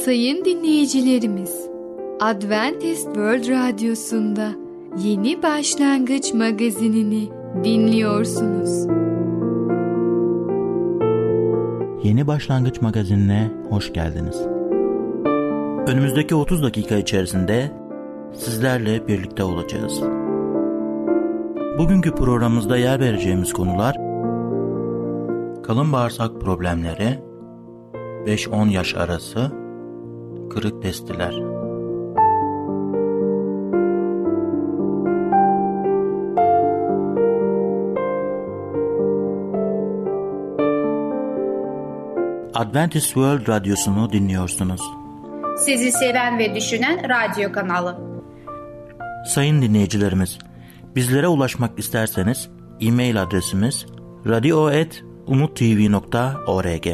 Sayın dinleyicilerimiz, Adventist World Radyosu'nda Yeni Başlangıç Magazinini dinliyorsunuz. Yeni Başlangıç Magazinine hoş geldiniz. Önümüzdeki 30 dakika içerisinde sizlerle birlikte olacağız. Bugünkü programımızda yer vereceğimiz konular: kalın bağırsak problemleri, 5-10 yaş arası, kırık testiler. Adventist World Radyosu'nu dinliyorsunuz. Sizi seven ve düşünen radyo kanalı. Sayın dinleyicilerimiz, bizlere ulaşmak isterseniz e-mail adresimiz radio@umuttv.org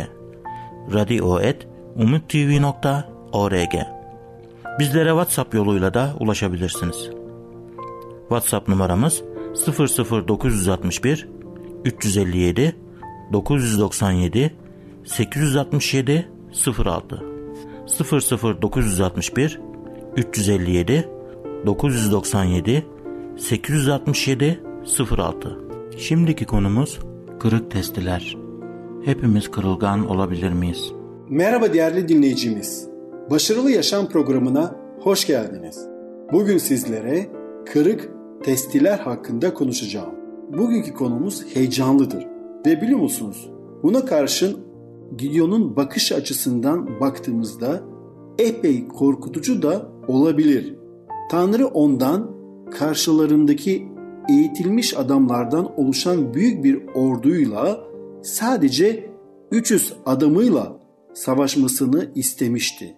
radio@umuttv.org. Bizlere WhatsApp yoluyla da ulaşabilirsiniz. WhatsApp numaramız 00961 357 997 867 06 00961 357 997 867 06. Şimdiki konumuz kırık testiler. Hepimiz kırılgan olabilir miyiz? Merhaba değerli dinleyicimiz. Başarılı Yaşam programına hoş geldiniz. Bugün sizlere kırık testiler hakkında konuşacağım. Bugünkü konumuz heyecanlıdır. Ve biliyor musunuz? Buna karşın Gideon'un bakış açısından baktığımızda epey korkutucu da olabilir. Tanrı ondan karşılarındaki eğitilmiş adamlardan oluşan büyük bir orduyla sadece 300 adamıyla savaşmasını istemişti.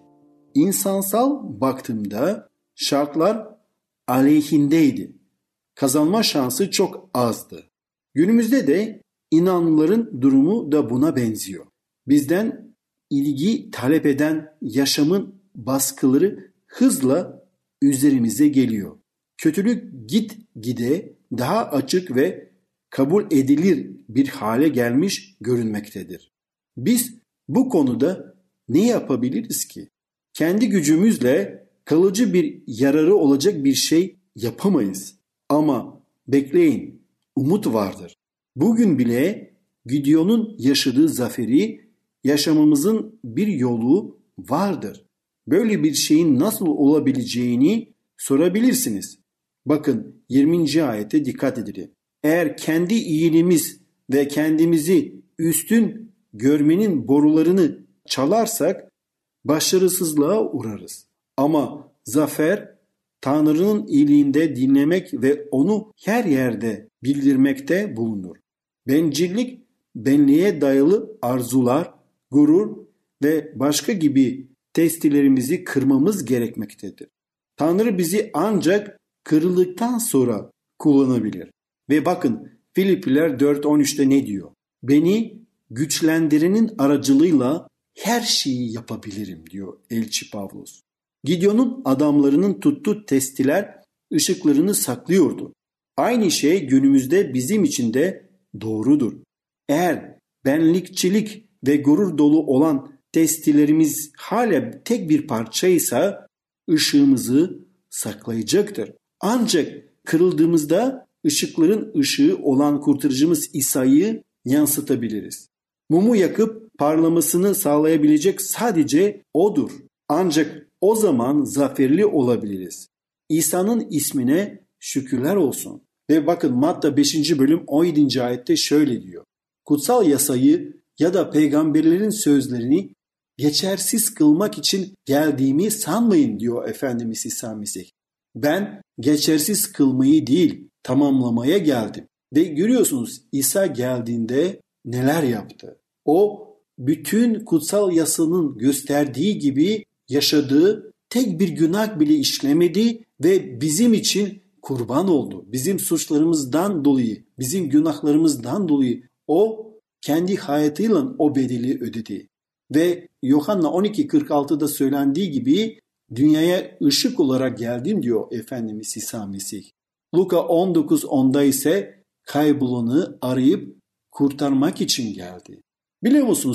İnsansal baktığımda şartlar aleyhindeydi. Kazanma şansı çok azdı. Günümüzde de inanlıların durumu da buna benziyor. Bizden ilgi talep eden yaşamın baskıları hızla üzerimize geliyor. Kötülük gitgide daha açık ve kabul edilir bir hale gelmiş görünmektedir. Biz bu konuda ne yapabiliriz ki? Kendi gücümüzle kalıcı bir yararı olacak bir şey yapamayız. Ama bekleyin, umut vardır. Bugün bile Gideon'un yaşadığı zaferi yaşamamızın bir yolu vardır. Böyle bir şeyin nasıl olabileceğini sorabilirsiniz. Bakın 20. ayete dikkat edelim. Eğer kendi iyiliğimiz ve kendimizi üstün görmenin borularını çalarsak başarısızlığa uğrarız. Ama zafer Tanrı'nın iyiliğinde dinlemek ve onu her yerde bildirmekte bulunur. Bencillik, benliğe dayalı arzular, gurur ve başka gibi testilerimizi kırmamız gerekmektedir. Tanrı bizi ancak kırıldıktan sonra kullanabilir. Ve bakın Filipliler 4.13'te ne diyor? Beni güçlendirenin aracılığıyla her şeyi yapabilirim diyor Elçi Pavlos. Gideon'un adamlarının tuttuğu testiler ışıklarını saklıyordu. Aynı şey günümüzde bizim için de doğrudur. Eğer benlikçilik ve gurur dolu olan testilerimiz hala tek bir parçaysa ışığımızı saklayacaktır. Ancak kırıldığımızda ışıkların ışığı olan kurtarıcımız İsa'yı yansıtabiliriz. Mumu yakıp parlamasını sağlayabilecek sadece O'dur. Ancak o zaman zaferli olabiliriz. İsa'nın ismine şükürler olsun. Ve bakın Matta 5. bölüm 17. ayette şöyle diyor. Kutsal yasayı ya da peygamberlerin sözlerini geçersiz kılmak için geldiğimi sanmayın diyor Efendimiz İsa Mesih. Ben geçersiz kılmayı değil, tamamlamaya geldim. Ve görüyorsunuz İsa geldiğinde neler yaptı? O bütün kutsal yasanın gösterdiği gibi yaşadığı, tek bir günah bile işlemedi ve bizim için kurban oldu. Bizim suçlarımızdan dolayı, bizim günahlarımızdan dolayı o kendi hayatıyla o bedeli ödedi. Ve Yuhanna 12.46'da söylendiği gibi dünyaya ışık olarak geldim diyor Efendimiz İsa Mesih. Luka 19.10'da ise kaybolanı arayıp kurtarmak için geldi. Biliyor musunuz?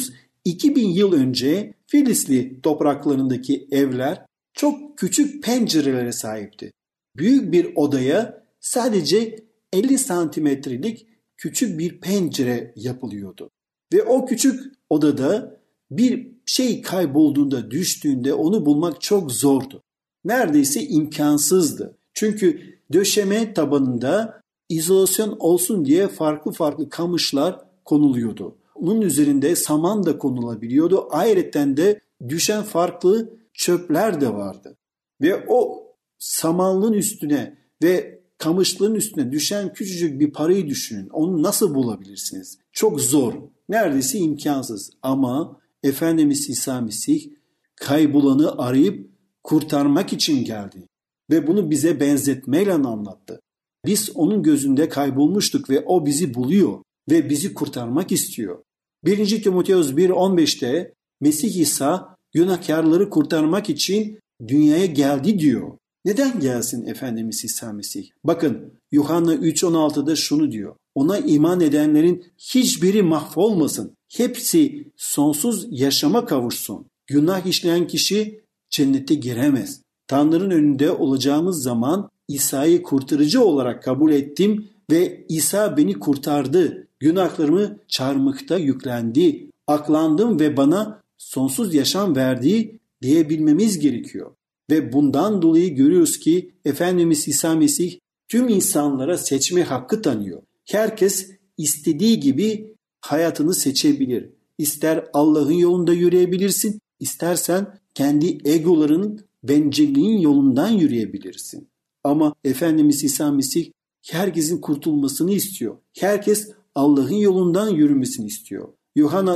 2000 yıl önce Filisli topraklarındaki evler çok küçük pencerelere sahipti. Büyük bir odaya sadece 50 santimetrelik küçük bir pencere yapılıyordu. Ve o küçük odada bir şey kaybolduğunda, düştüğünde onu bulmak çok zordu. Neredeyse imkansızdı. Çünkü döşeme tabanında izolasyon olsun diye farklı farklı kamışlar konuluyordu. Onun üzerinde saman da konulabiliyordu. Ayrıca de düşen farklı çöpler de vardı. Ve o samanlığın üstüne ve kamışlığın üstüne düşen küçücük bir parayı düşünün. Onu nasıl bulabilirsiniz? Çok zor. Neredeyse imkansız. Ama Efendimiz İsa Mesih kaybolanı arayıp kurtarmak için geldi. Ve bunu bize benzetmeyle anlattı. Biz onun gözünde kaybolmuştuk ve o bizi buluyor ve bizi kurtarmak istiyor. 1. Timoteos 1.15'te Mesih İsa günahkarları kurtarmak için dünyaya geldi diyor. Neden gelsin Efendimiz İsa Mesih? Bakın Yuhanna 3.16'da şunu diyor. Ona iman edenlerin hiçbiri mahvolmasın. Hepsi sonsuz yaşama kavuşsun. Günah işleyen kişi cennete giremez. Tanrı'nın önünde olacağımız zaman İsa'yı kurtarıcı olarak kabul ettim ve İsa beni kurtardı. Günahlarımı çarmıhta yüklendi. Aklandım ve bana sonsuz yaşam verdi diyebilmemiz gerekiyor. Ve bundan dolayı görüyoruz ki Efendimiz İsa Mesih tüm insanlara seçme hakkı tanıyor. Herkes istediği gibi hayatını seçebilir. İster Allah'ın yolunda yürüyebilirsin, istersen kendi egolarının bencilliğin yolundan yürüyebilirsin. Ama Efendimiz İsa Mesih herkesin kurtulmasını istiyor. Herkes Allah'ın yolundan yürümesini istiyor. Yuhanna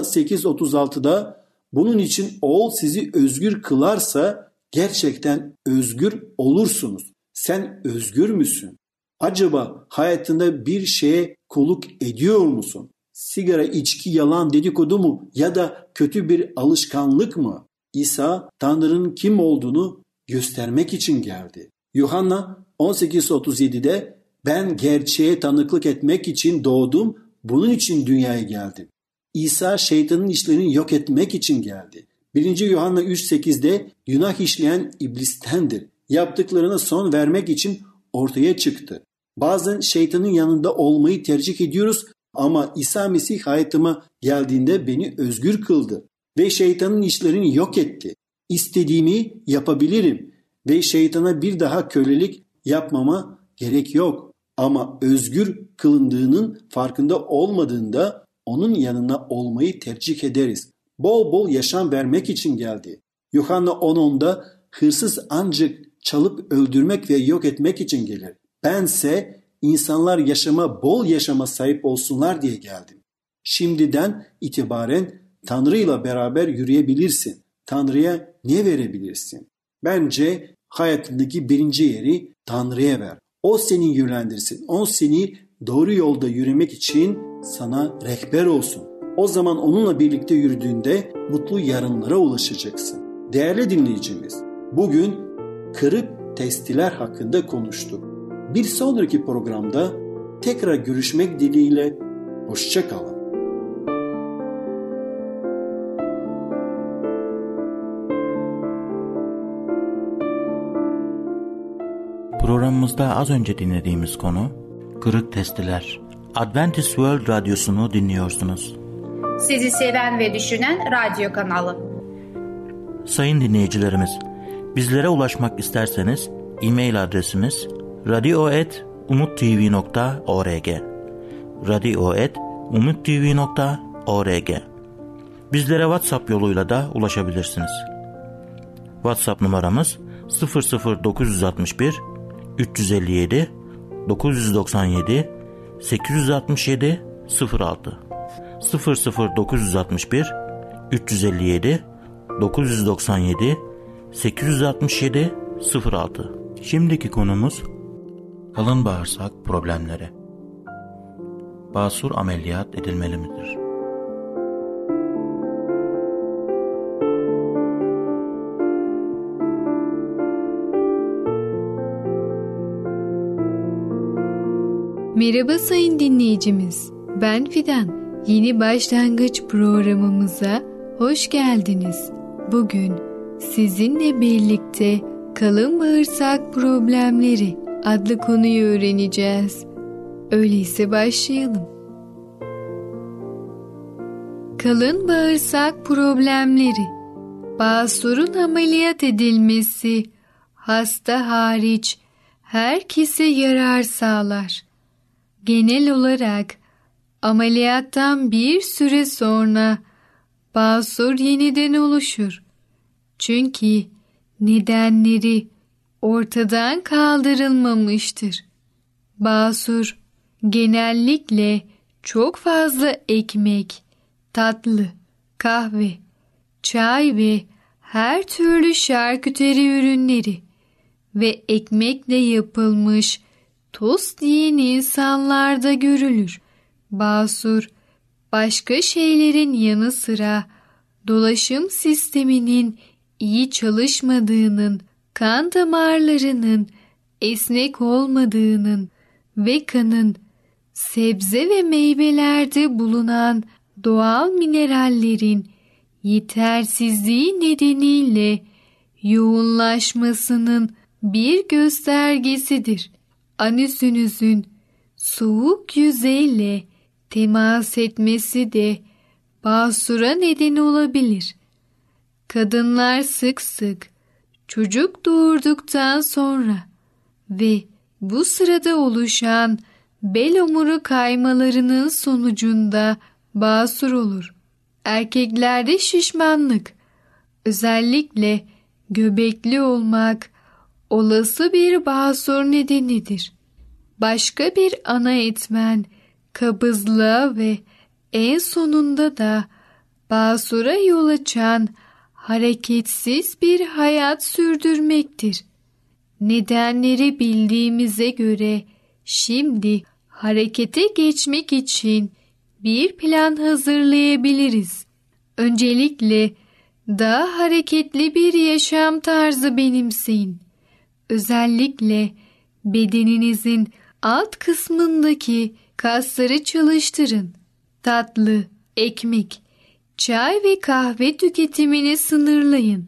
8.36'da bunun için oğul sizi özgür kılarsa gerçekten özgür olursunuz. Sen özgür müsün? Acaba hayatında bir şeye kulluk ediyor musun? Sigara, içki, yalan, dedikodu mu ya da kötü bir alışkanlık mı? İsa Tanrı'nın kim olduğunu göstermek için geldi. Yuhanna 18.37'de ben gerçeğe tanıklık etmek için doğdum, bunun için dünyaya geldim. İsa şeytanın işlerini yok etmek için geldi. 1. Yuhanna 3.8'de günah işleyen iblistendir. Yaptıklarına son vermek için ortaya çıktı. Bazen şeytanın yanında olmayı tercih ediyoruz ama İsa Mesih hayatıma geldiğinde beni özgür kıldı ve şeytanın işlerini yok etti. İstediğimi yapabilirim ve şeytana bir daha kölelik yapmama gerek yok. Ama özgür kılındığının farkında olmadığında onun yanına olmayı tercih ederiz. Bol bol yaşam vermek için geldi. Yuhanna 10.10'da hırsız ancak çalıp öldürmek ve yok etmek için gelir. Bense insanlar bol yaşama sahip olsunlar diye geldim. Şimdiden itibaren Tanrı ile beraber yürüyebilirsin. Tanrı'ya ne verebilirsin? Bence hayatındaki birinci yeri Tanrı'ya ver. O seni yönlendirsin. O seni doğru yolda yürümek için sana rehber olsun. O zaman onunla birlikte yürüdüğünde mutlu yarınlara ulaşacaksın. Değerli dinleyicimiz, bugün kırık testiler hakkında konuştuk. Bir sonraki programda tekrar görüşmek dileğiyle hoşça kalın. Programımızda az önce dinlediğimiz konu kırık testiler. Adventist World Radyosu'nu dinliyorsunuz. Sizi seven ve düşünen radyo kanalı. Sayın dinleyicilerimiz, bizlere ulaşmak isterseniz e-mail adresimiz radio@umuttv.org radio@umuttv.org. Bizlere WhatsApp yoluyla da ulaşabilirsiniz. WhatsApp numaramız 00961 357 997 867 06 00961 357 997 867 06. Şimdiki konumuz kalın bağırsak problemleri. Basur ameliyat edilmeli midir? Merhaba sayın dinleyicimiz. Ben Fidan. Yeni başlangıç programımıza Hoş geldiniz. Bugün sizinle birlikte kalın bağırsak problemleri adlı konuyu öğreneceğiz. Öyleyse başlayalım. Kalın bağırsak problemleri. Basur'un ameliyat edilmesi hasta hariç herkese yarar sağlar. Genel olarak ameliyattan bir süre sonra basur yeniden oluşur. Çünkü nedenleri ortadan kaldırılmamıştır. Basur genellikle çok fazla ekmek, tatlı, kahve, çay ve her türlü şarküteri ürünleri ve ekmekle yapılmış tost yiyen insanlarda görülür. Basur, başka şeylerin yanı sıra dolaşım sisteminin iyi çalışmadığının, kan damarlarının esnek olmadığının ve kanın sebze ve meyvelerde bulunan doğal minerallerin yetersizliği nedeniyle yoğunlaşmasının bir göstergesidir. Anüsünüzün soğuk yüzeyle temas etmesi de basura neden olabilir. Kadınlar sık sık çocuk doğurduktan sonra ve bu sırada oluşan bel omuru kaymalarının sonucunda basur olur. Erkeklerde şişmanlık, özellikle göbekli olmak olası bir basur nedenidir. Başka bir ana etmen kabızlığa ve en sonunda da basura yol açan hareketsiz bir hayat sürdürmektir. Nedenleri bildiğimize göre şimdi harekete geçmek için bir plan hazırlayabiliriz. Öncelikle daha hareketli bir yaşam tarzı benimseyin. Özellikle bedeninizin alt kısmındaki kasları çalıştırın. Tatlı, ekmek, çay ve kahve tüketimini sınırlayın.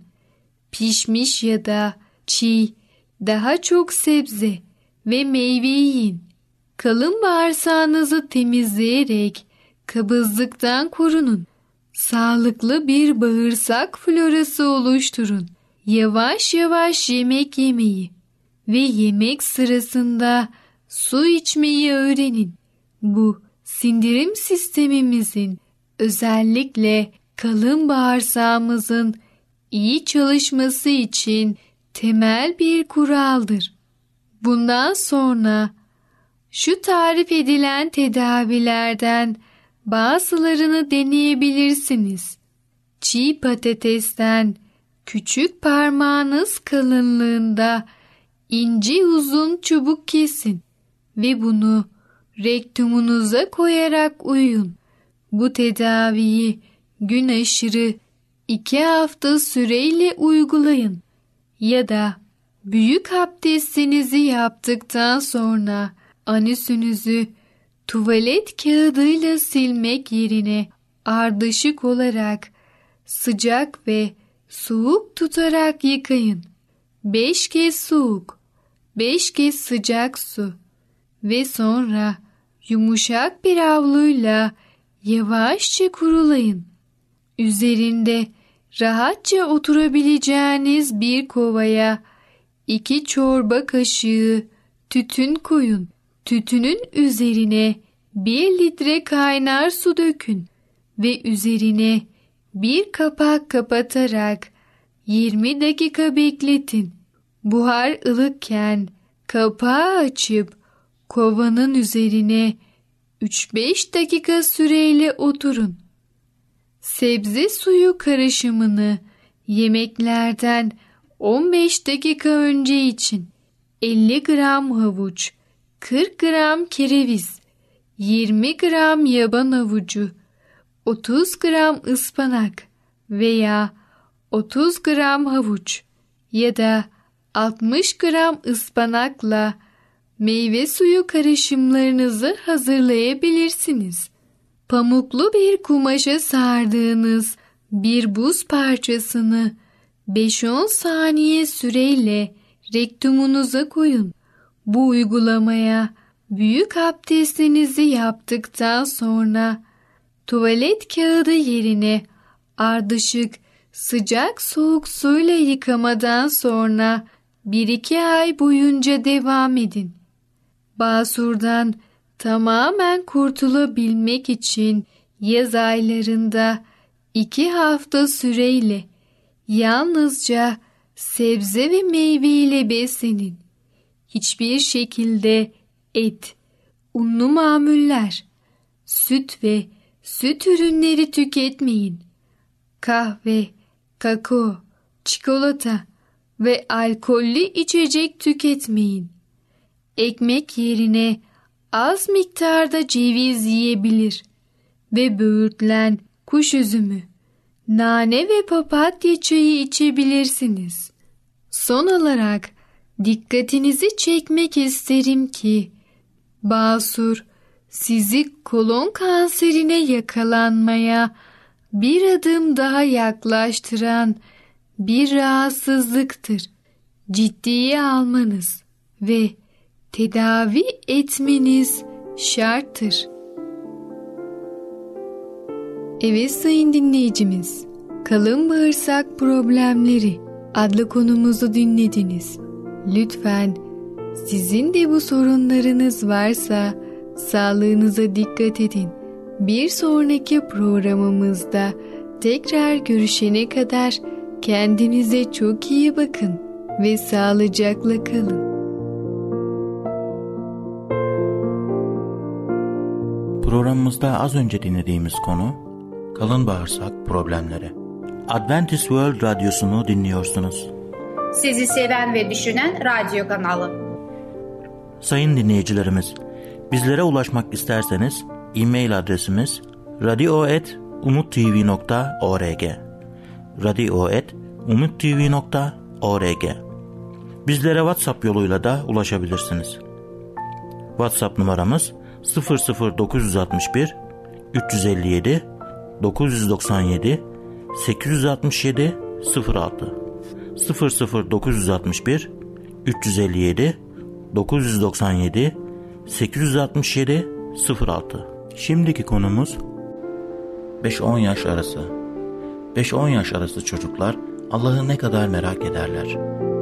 Pişmiş ya da çiğ, daha çok sebze ve meyve yiyin. Kalın bağırsağınızı temizleyerek kabızlıktan korunun. Sağlıklı bir bağırsak florası oluşturun. Yavaş yavaş yemek yemeyi ve yemek sırasında su içmeyi öğrenin. Bu sindirim sistemimizin, özellikle kalın bağırsağımızın iyi çalışması için temel bir kuraldır. Bundan sonra şu tarif edilen tedavilerden bazılarını deneyebilirsiniz. Çiğ patatesten küçük parmağınız kalınlığında ince uzun çubuk kesin ve bunu rektumunuza koyarak uyuyun. Bu tedaviyi gün aşırı 2 hafta süreyle uygulayın. Ya da büyük abdestinizi yaptıktan sonra anüsünüzü tuvalet kağıdıyla silmek yerine ardışık olarak sıcak ve soğuk tutarak yıkayın. 5 kez soğuk, 5 kez sıcak su ve sonra yumuşak bir havluyla yavaşça kurulayın. Üzerinde rahatça oturabileceğiniz bir kovaya 2 çorba kaşığı tütün koyun. Tütünün üzerine 1 litre kaynar su dökün ve üzerine bir kapak kapatarak 20 dakika bekletin. Buhar ılıkken kapağı açıp kovanın üzerine 3-5 dakika süreyle oturun. Sebze suyu karışımını yemeklerden 15 dakika önce için. 50 gram havuç, 40 gram kereviz, 20 gram yaban havucu, 30 gram ıspanak veya 30 gram havuç ya da 60 gram ıspanakla meyve suyu karışımlarınızı hazırlayabilirsiniz. Pamuklu bir kumaşa sardığınız Bir buz parçasını 5-10 saniye süreyle rektumunuza koyun. Bu uygulamaya büyük abdestinizi yaptıktan sonra tuvalet kağıdı yerine ardışık sıcak soğuk suyla yıkamadan sonra 1-2 ay boyunca devam edin. Basurdan tamamen kurtulabilmek için yaz aylarında 2 hafta süreyle yalnızca sebze ve meyve ile beslenin. Hiçbir şekilde et, unlu mamuller, süt ve süt ürünleri tüketmeyin. Kahve, kakao, çikolata ve alkollü içecek tüketmeyin. Ekmek yerine az miktarda ceviz yiyebilir ve böğürtlen kuş üzümü, nane ve papatya çayı içebilirsiniz. Son olarak dikkatinizi çekmek isterim ki basur sizi kolon kanserine yakalanmaya bir adım daha yaklaştıran bir rahatsızlıktır. Ciddiye almanız ve tedavi etmeniz şarttır. Evet sayın dinleyicimiz, kalın bağırsak problemleri adlı konumuzu dinlediniz. Lütfen sizin de bu sorunlarınız varsa sağlığınıza dikkat edin. Bir sonraki programımızda tekrar görüşene kadar kendinize çok iyi bakın ve sağlıcakla kalın. Programımızda az önce dinlediğimiz konu kalın bağırsak problemleri. Adventist World Radyosu'nu dinliyorsunuz. Sizi seven ve düşünen radyo kanalı. Sayın dinleyicilerimiz, bizlere ulaşmak isterseniz e-mail adresimiz radio@umuttv.org radio@umuttv.org. Bizlere WhatsApp yoluyla da ulaşabilirsiniz. WhatsApp numaramız 00961 357 997 867 06 00961 357 997 867 06. Şimdiki konumuz 5-10 yaş arası. 5-10 yaş arası çocuklar Allah'ı ne kadar merak ederler?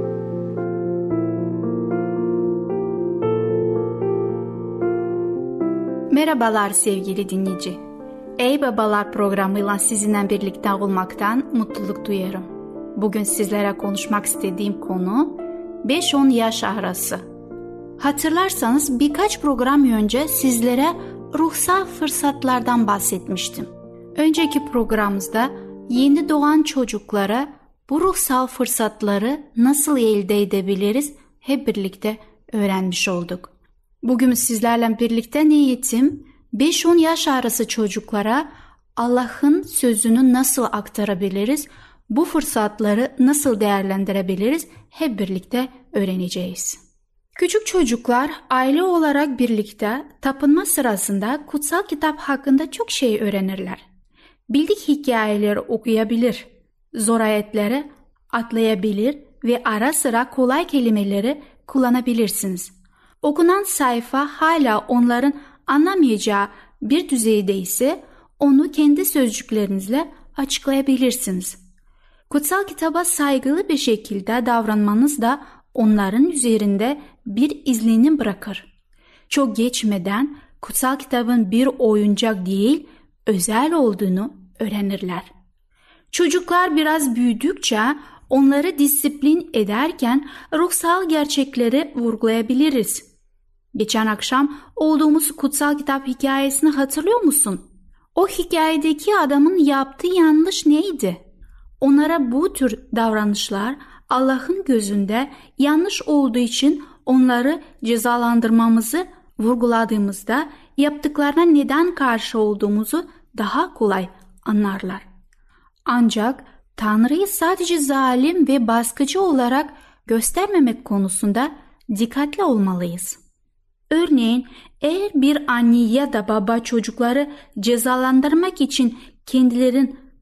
Merhabalar sevgili dinleyici. Ey Babalar programıyla sizinle birlikte olmaktan mutluluk duyarım. Bugün sizlere konuşmak istediğim konu 5-10 yaş arası. Hatırlarsanız birkaç program önce sizlere ruhsal fırsatlardan bahsetmiştim. Önceki programımızda yeni doğan çocuklara bu ruhsal fırsatları nasıl elde edebiliriz hep birlikte öğrenmiş olduk. Bugün sizlerle birlikte niyetim 5-10 yaş arası çocuklara Allah'ın sözünü nasıl aktarabiliriz, bu fırsatları nasıl değerlendirebiliriz hep birlikte öğreneceğiz. Küçük çocuklar aile olarak birlikte tapınma sırasında kutsal kitap hakkında çok şey öğrenirler. Bildik hikayeleri okuyabilir, zor ayetleri atlayabilir ve ara sıra kolay kelimeleri kullanabilirsiniz. Okunan sayfa hala onların anlamayacağı bir düzeyde ise onu kendi sözcüklerinizle açıklayabilirsiniz. Kutsal kitaba saygılı bir şekilde davranmanız da onların üzerinde bir izlenim bırakır. Çok geçmeden kutsal kitabın bir oyuncak değil, özel olduğunu öğrenirler. Çocuklar biraz büyüdükçe onları disiplin ederken ruhsal gerçekleri vurgulayabiliriz. Geçen akşam olduğumuz kutsal kitap hikayesini hatırlıyor musun? O hikayedeki adamın yaptığı yanlış neydi? Onlara bu tür davranışlar Allah'ın gözünde yanlış olduğu için onları cezalandırmamızı vurguladığımızda yaptıklarına neden karşı olduğumuzu daha kolay anlarlar. Ancak Tanrı'yı sadece zalim ve baskıcı olarak göstermemek konusunda dikkatli olmalıyız. Örneğin eğer bir anne ya da baba çocukları cezalandırmak için kendilerin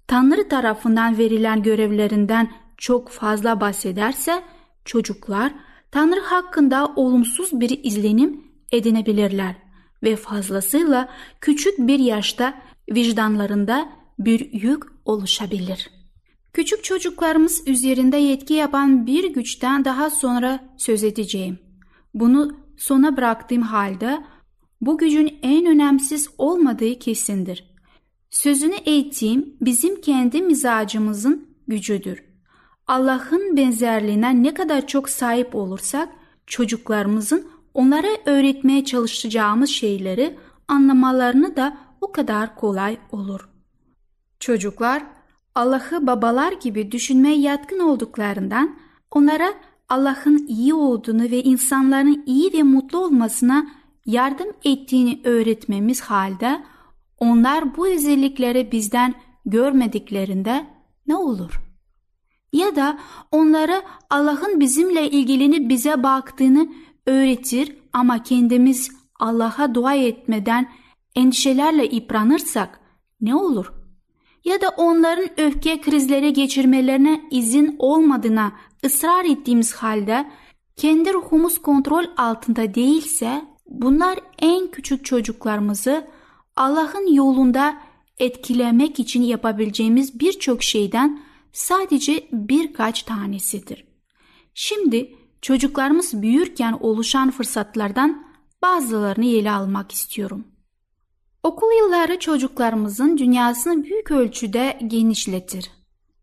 Tanrı tarafından verilen görevlerinden çok fazla bahsederse çocuklar Tanrı hakkında olumsuz bir izlenim edinebilirler ve fazlasıyla küçük bir yaşta vicdanlarında bir yük oluşabilir. Küçük çocuklarımız üzerinde yetki yapan bir güçten daha sonra söz edeceğim. Bunu sona bıraktığım halde bu gücün en önemsiz olmadığı kesindir. Sözünü ettiğim bizim kendi mizacımızın gücüdür. Allah'ın benzerliğine ne kadar çok sahip olursak çocuklarımızın onlara öğretmeye çalışacağımız şeyleri anlamalarını da o kadar kolay olur. Çocuklar Allah'ı babalar gibi düşünmeye yatkın olduklarından onlara Allah'ın iyi olduğunu ve insanların iyi ve mutlu olmasına yardım ettiğini öğretmemiz halde onlar bu özellikleri bizden görmediklerinde ne olur? Ya da onlara Allah'ın bizimle ilgilenip bize baktığını öğretir ama kendimiz Allah'a dua etmeden endişelerle yıpranırsak ne olur? Ya da onların öfke krizleri geçirmelerine izin olmadığına ısrar ettiğimiz halde kendi ruhumuz kontrol altında değilse bunlar en küçük çocuklarımızı Allah'ın yolunda etkilemek için yapabileceğimiz birçok şeyden sadece birkaç tanesidir. Şimdi çocuklarımız büyürken oluşan fırsatlardan bazılarını ele almak istiyorum. Okul yılları çocuklarımızın dünyasını büyük ölçüde genişletir.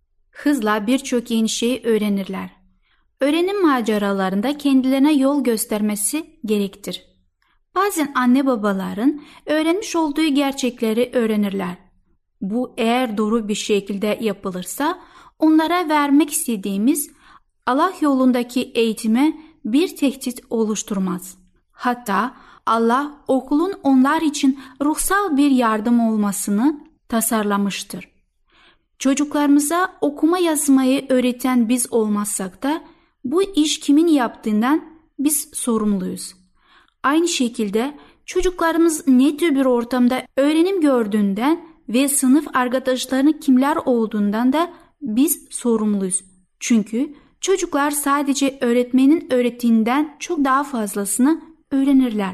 Hızla birçok yeni şey öğrenirler. Öğrenim maceralarında kendilerine yol göstermesi gerektir. Bazen anne babaların öğrenmiş olduğu gerçekleri öğrenirler. Bu eğer doğru bir şekilde yapılırsa onlara vermek istediğimiz Allah yolundaki eğitime bir tehdit oluşturmaz. Hatta Allah okulun onlar için ruhsal bir yardım olmasını tasarlamıştır. Çocuklarımıza okuma yazmayı öğreten biz olmazsak da bu iş kimin yaptığından biz sorumluyuz. Aynı şekilde çocuklarımız ne tür bir ortamda öğrenim gördüğünden ve sınıf arkadaşlarının kimler olduğundan da biz sorumluyuz. Çünkü çocuklar sadece öğretmenin öğrettiğinden çok daha fazlasını öğrenirler.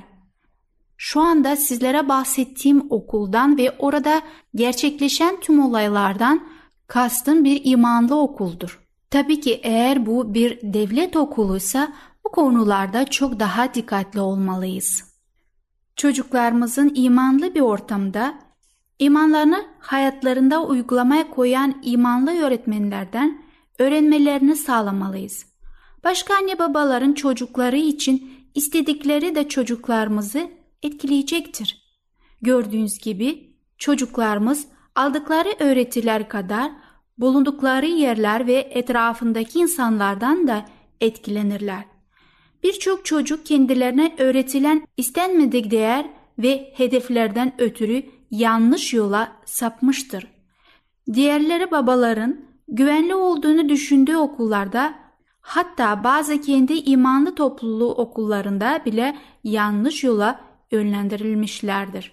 Şu anda sizlere bahsettiğim okuldan ve orada gerçekleşen tüm olaylardan kastım bir imanlı okuldur. Tabii ki eğer bu bir devlet okuluysa bu konularda çok daha dikkatli olmalıyız. Çocuklarımızın imanlı bir ortamda imanlarını hayatlarında uygulamaya koyan imanlı öğretmenlerden öğrenmelerini sağlamalıyız. Başka anne babaların çocukları için istedikleri de çocuklarımızı etkileyecektir. Gördüğünüz gibi çocuklarımız aldıkları öğretiler kadar bulundukları yerler ve etrafındaki insanlardan da etkilenirler. Birçok çocuk kendilerine öğretilen istenmedik değer ve hedeflerden ötürü yanlış yola sapmıştır. Diğerleri babaların güvenli olduğunu düşündüğü okullarda, hatta bazı kendi imanlı topluluğu okullarında bile yanlış yola yönlendirilmişlerdir.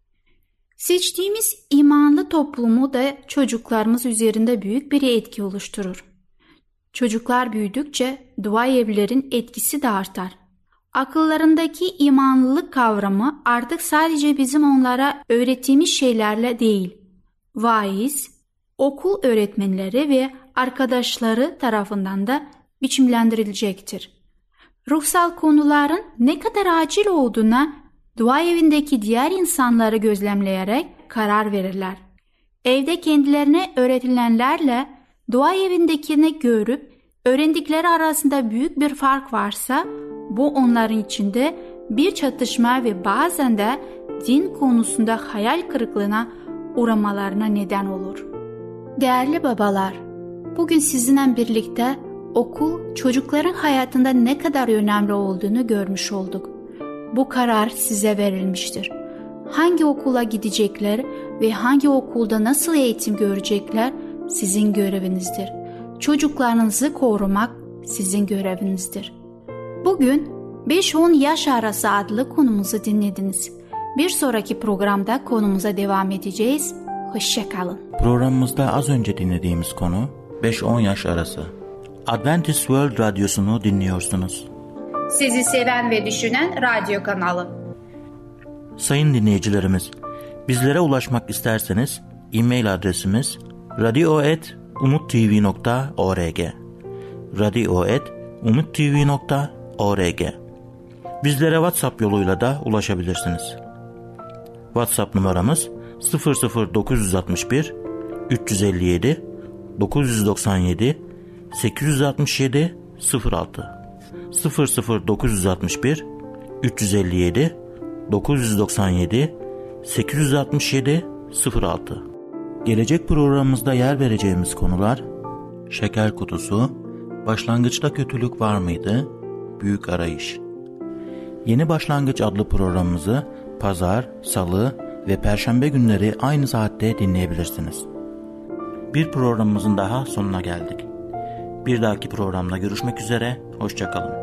Seçtiğimiz imanlı toplumu da çocuklarımız üzerinde büyük bir etki oluşturur. Çocuklar büyüdükçe dua evlerin etkisi de artar. Akıllarındaki imanlılık kavramı artık sadece bizim onlara öğrettiğimiz şeylerle değil, vaiz, okul öğretmenleri ve arkadaşları tarafından da biçimlendirilecektir. Ruhsal konuların ne kadar acil olduğuna dua evindeki diğer insanları gözlemleyerek karar verirler. Evde kendilerine öğretilenlerle dua evindekini görüp öğrendikleri arasında büyük bir fark varsa bu onların içinde bir çatışma ve bazen de din konusunda hayal kırıklığına uğramalarına neden olur. Değerli babalar, bugün sizinle birlikte okul çocukların hayatında ne kadar önemli olduğunu görmüş olduk. Bu karar size verilmiştir. Hangi okula gidecekler ve hangi okulda nasıl eğitim görecekler sizin görevinizdir. Çocuklarınızı korumak sizin görevinizdir. Bugün 5-10 yaş arası adlı konumuzu dinlediniz. Bir sonraki programda konumuza devam edeceğiz. Hoşça kalın. Programımızda az önce dinlediğimiz konu 5-10 yaş arası. Adventist World Radyosu'nu dinliyorsunuz. Sizi seven ve düşünen radyo kanalı. Sayın dinleyicilerimiz, bizlere ulaşmak isterseniz e-mail adresimiz radio@umuttv.org radio@umuttv.org. Bizlere WhatsApp yoluyla da ulaşabilirsiniz. WhatsApp numaramız 00961 357 997 867 06 00961 357 997 867 06. Gelecek programımızda yer vereceğimiz konular: şeker kutusu, başlangıçta kötülük var mıydı, büyük arayış. Yeni Başlangıç adlı programımızı pazar, salı ve perşembe günleri aynı saatte dinleyebilirsiniz. Bir programımızın daha sonuna geldik. Bir dahaki programda görüşmek üzere, hoşça kalın.